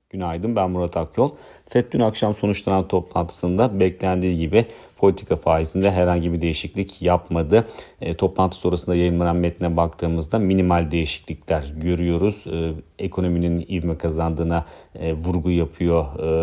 Günaydın, ben Murat Akyol. FED dün akşam sonuçlanan toplantısında beklendiği gibi politika faizinde herhangi bir değişiklik yapmadı. Toplantı sonrasında yayınlanan metne baktığımızda minimal değişiklikler görüyoruz. Ekonominin ivme kazandığına vurgu yapıyor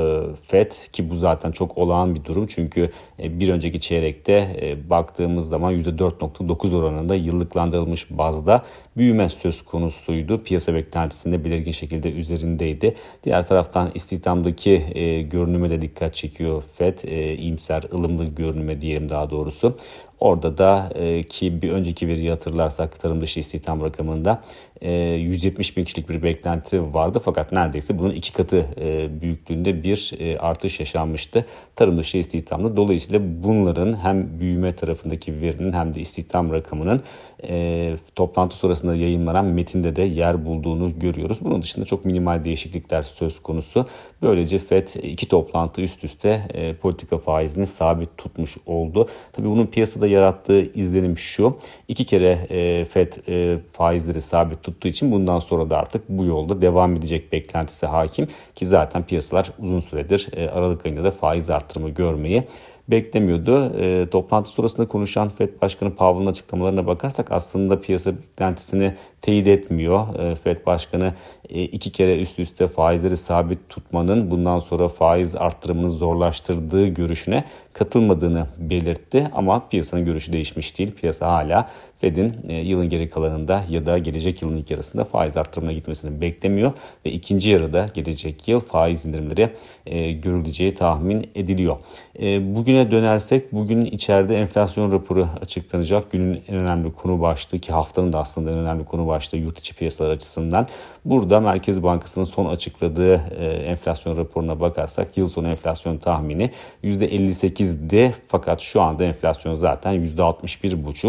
FED ki bu zaten çok olağan bir durum. Çünkü bir önceki çeyrekte baktığımız zaman %4.9 oranında yıllıklandırılmış bazda büyüme söz konusuydu. Piyasa beklentisinde belirgin şekilde üzerindeydi. Diğer taraftan istihdamdaki görünüme de dikkat çekiyor FED. İyimser, ılımlı görünüme diyelim daha doğrusu. Orada da ki bir önceki veriyi hatırlarsak tarım dışı istihdam rakamında 170 bin kişilik bir beklenti vardı. Fakat neredeyse bunun 2 katı büyüklüğünde bir artış yaşanmıştı tarım dışı istihdamda. Dolayısıyla bunların hem büyüme tarafındaki verinin hem de istihdam rakamının toplantı sonrasında yayınlanan metinde de yer bulduğunu görüyoruz. Bunun dışında çok minimal değişiklikler söz konusu. Böylece FED 2 toplantı üst üste politika faizini sabit tutmuş oldu. Tabii bunun piyasada yarattığı izlenim şu: 2 kere FED faizleri sabit tuttuğu için bundan sonra da artık bu yolda devam edecek beklentisi hakim ki zaten piyasalar uzun süredir Aralık ayında da faiz artırımı görmeyi beklemiyordu. Toplantı sonrasında konuşan FED Başkanı Powell'ın açıklamalarına bakarsak aslında piyasa beklentisini teyit etmiyor. FED Başkanı 2 kere üst üste faizleri sabit tutmanın bundan sonra faiz artırımını zorlaştırdığı görüşüne katılmadığını belirtti. Ama piyasanın görüşü değişmiş değil. Piyasa hala FED'in yılın geri kalanında ya da gelecek yılın ilk yarısında faiz artırımına gitmesini beklemiyor ve ikinci yarıda gelecek yıl faiz indirimleri görüleceği tahmin ediliyor. Bugüne dönersek bugün içeride enflasyon raporu açıklanacak. Günün en önemli konu başlığı ki haftanın da aslında en önemli konu başlığı yurt içi piyasalar açısından. Burada Merkez Bankası'nın son açıkladığı enflasyon raporuna bakarsak yıl sonu enflasyon tahmini %58'de fakat şu anda enflasyon zaten %61,5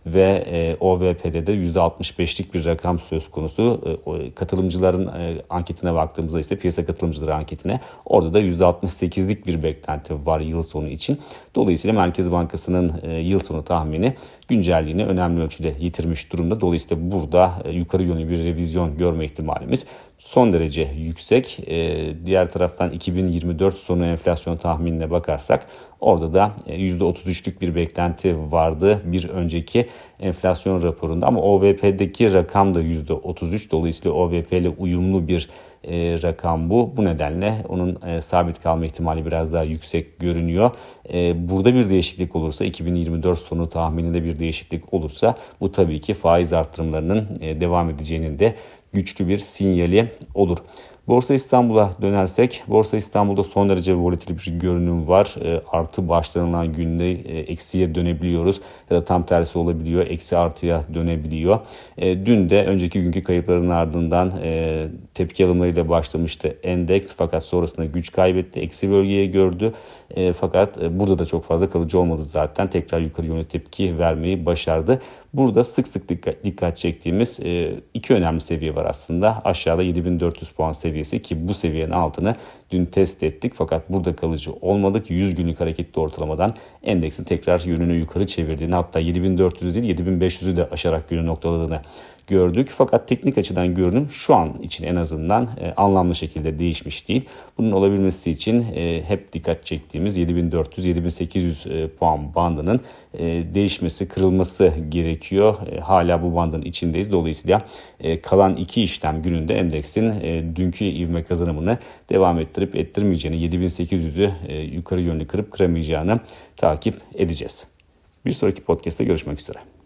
ve OVP'de de %65'lik bir rakam söz konusu. Katılımcıların anketine baktığımızda ise piyasa katılımcıları anketine orada da %68'lik bir beklenti var yıl sonu için. Dolayısıyla Merkez Bankası'nın yıl sonu tahmini güncelliğini önemli ölçüde yitirmiş durumda. Dolayısıyla burada yukarı yönlü bir revizyon görme ihtimalimiz son derece yüksek. Diğer taraftan 2024 sonu enflasyon tahminine bakarsak orada da %33'lük bir beklenti vardı bir önceki enflasyon raporunda ama OVP'deki rakam da %33. Dolayısıyla OVP ile uyumlu bir rakam bu. Bu nedenle onun sabit kalma ihtimali biraz daha yüksek görünüyor. Burada bir değişiklik olursa 2024 sonu tahmininde bir değişiklik olursa bu tabii ki faiz artırımlarının devam edeceğinin de güçlü bir sinyali olur. Borsa İstanbul'a dönersek, Borsa İstanbul'da son derece volatil bir görünüm var. Artı başlanılan günde eksiye dönebiliyoruz ya da tam tersi olabiliyor. Eksi artıya dönebiliyor. Dün de önceki günkü kayıpların ardından tepki alımlarıyla başlamıştı endeks fakat sonrasında güç kaybetti. Eksi bölgeye gördü. Fakat burada da çok fazla kalıcı olmadı zaten. Tekrar yukarı yönlü tepki vermeyi başardı. Burada sık sık dikkat çektiğimiz iki önemli seviye var aslında. Aşağıda 7400 puan seviyesi ki bu seviyenin altını dün test ettik. Fakat burada kalıcı olmadık. 100 günlük hareketli ortalamadan endeksin tekrar yönünü yukarı çevirdiğini, hatta 7400 değil 7500'ü de aşarak günü noktaladığını gördük. Fakat teknik açıdan görünüm şu an için en azından anlamlı şekilde değişmiş değil. Bunun olabilmesi için hep dikkat çektiğimiz 7400-7800 puan bandının değişmesi, kırılması gerekiyor. Hala bu bandın içindeyiz. Dolayısıyla kalan iki işlem gününde endeksin dünkü ivme kazanımını devam ettirip ettirmeyeceğini, 7800'ü yukarı yönlü kırıp kıramayacağını takip edeceğiz. Bir sonraki podcast'te görüşmek üzere.